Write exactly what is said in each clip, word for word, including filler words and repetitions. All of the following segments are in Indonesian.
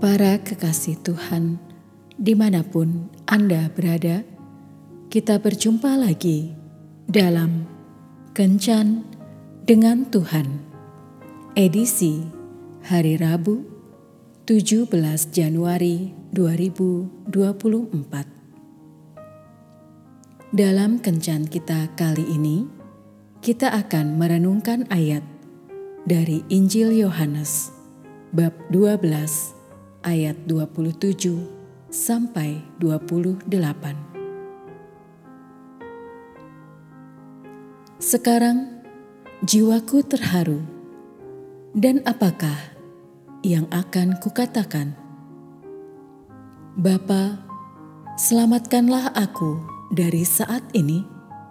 Para kekasih Tuhan, dimanapun Anda berada, kita berjumpa lagi dalam Kencan dengan Tuhan, edisi hari Rabu, tujuh belas Januari dua ribu dua puluh empat. Dalam Kencan kita kali ini, kita akan merenungkan ayat dari Injil Yohanes, bab dua belas, ayat dua puluh tujuh sampai dua puluh delapan. Sekarang jiwaku terharu, dan apakah yang akan kukatakan? Bapa, selamatkanlah aku dari saat ini.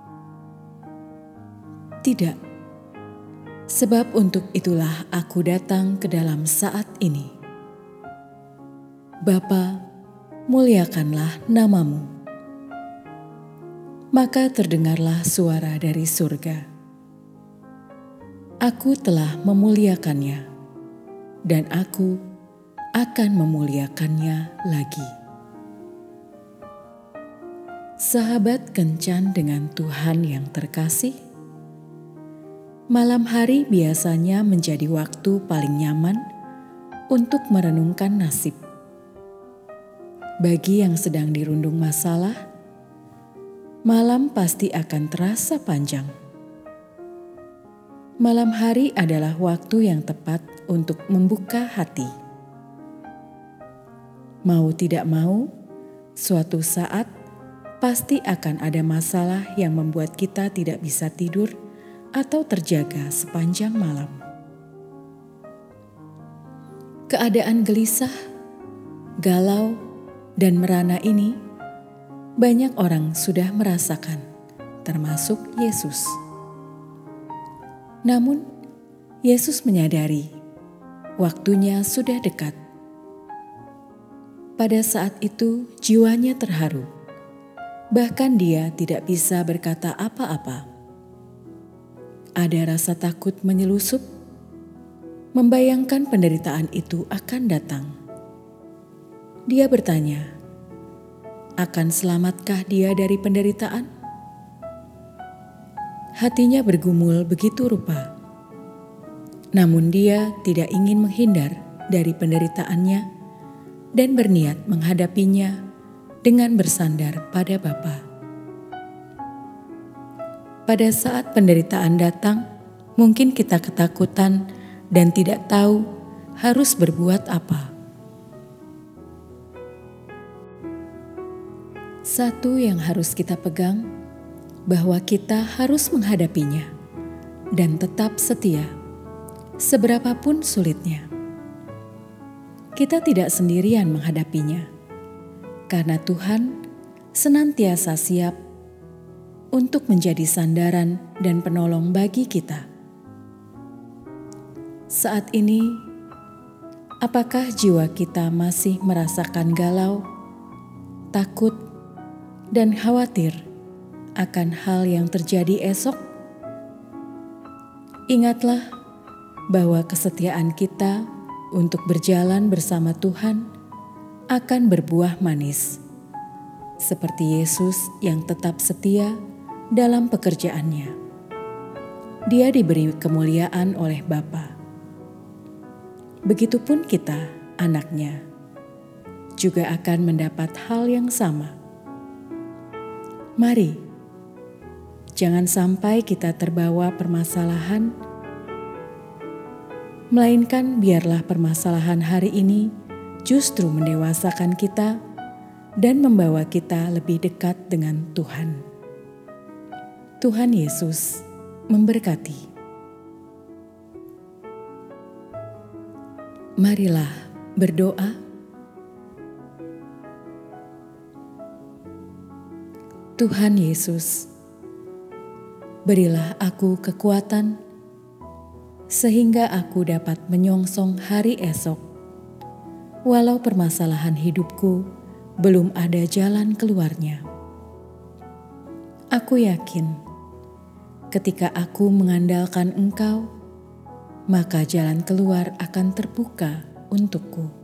Tidak, sebab untuk itulah aku datang ke dalam saat ini. Bapa, muliakanlah namamu. Maka terdengarlah suara dari surga. Aku telah memuliakannya, dan aku akan memuliakannya lagi. Sahabat Kencan dengan Tuhan yang terkasih, malam hari biasanya menjadi waktu paling nyaman untuk merenungkan nasib. Bagi yang sedang dirundung masalah, malam pasti akan terasa panjang. Malam hari adalah waktu yang tepat untuk membuka hati. Mau tidak mau, suatu saat pasti akan ada masalah yang membuat kita tidak bisa tidur atau terjaga sepanjang malam. Keadaan gelisah, galau, dan merana ini banyak orang sudah merasakan, termasuk Yesus. Namun, Yesus menyadari waktunya sudah dekat. Pada saat itu, jiwanya terharu. Bahkan dia tidak bisa berkata apa-apa. Ada rasa takut menyelusup, membayangkan penderitaan itu akan datang. Dia bertanya, akan selamatkah dia dari penderitaan? Hatinya bergumul begitu rupa. Namun dia tidak ingin menghindar dari penderitaannya dan berniat menghadapinya dengan bersandar pada Bapa. Pada saat penderitaan datang, mungkin kita ketakutan dan tidak tahu harus berbuat apa. Satu yang harus kita pegang, bahwa kita harus menghadapinya dan tetap setia, seberapapun sulitnya. Kita tidak sendirian menghadapinya, karena Tuhan senantiasa siap untuk menjadi sandaran dan penolong bagi kita. Saat ini, apakah jiwa kita masih merasakan galau, takut, dan khawatir akan hal yang terjadi esok? Ingatlah bahwa kesetiaan kita untuk berjalan bersama Tuhan akan berbuah manis, seperti Yesus yang tetap setia dalam pekerjaannya. Dia diberi kemuliaan oleh Bapa. Begitupun kita, anaknya, juga akan mendapat hal yang sama. Mari, jangan sampai kita terbawa permasalahan, melainkan biarlah permasalahan hari ini justru mendewasakan kita dan membawa kita lebih dekat dengan Tuhan. Tuhan Yesus memberkati. Marilah berdoa. Tuhan Yesus, berilah aku kekuatan sehingga aku dapat menyongsong hari esok, walau permasalahan hidupku belum ada jalan keluarnya. Aku yakin ketika aku mengandalkan Engkau, maka jalan keluar akan terbuka untukku.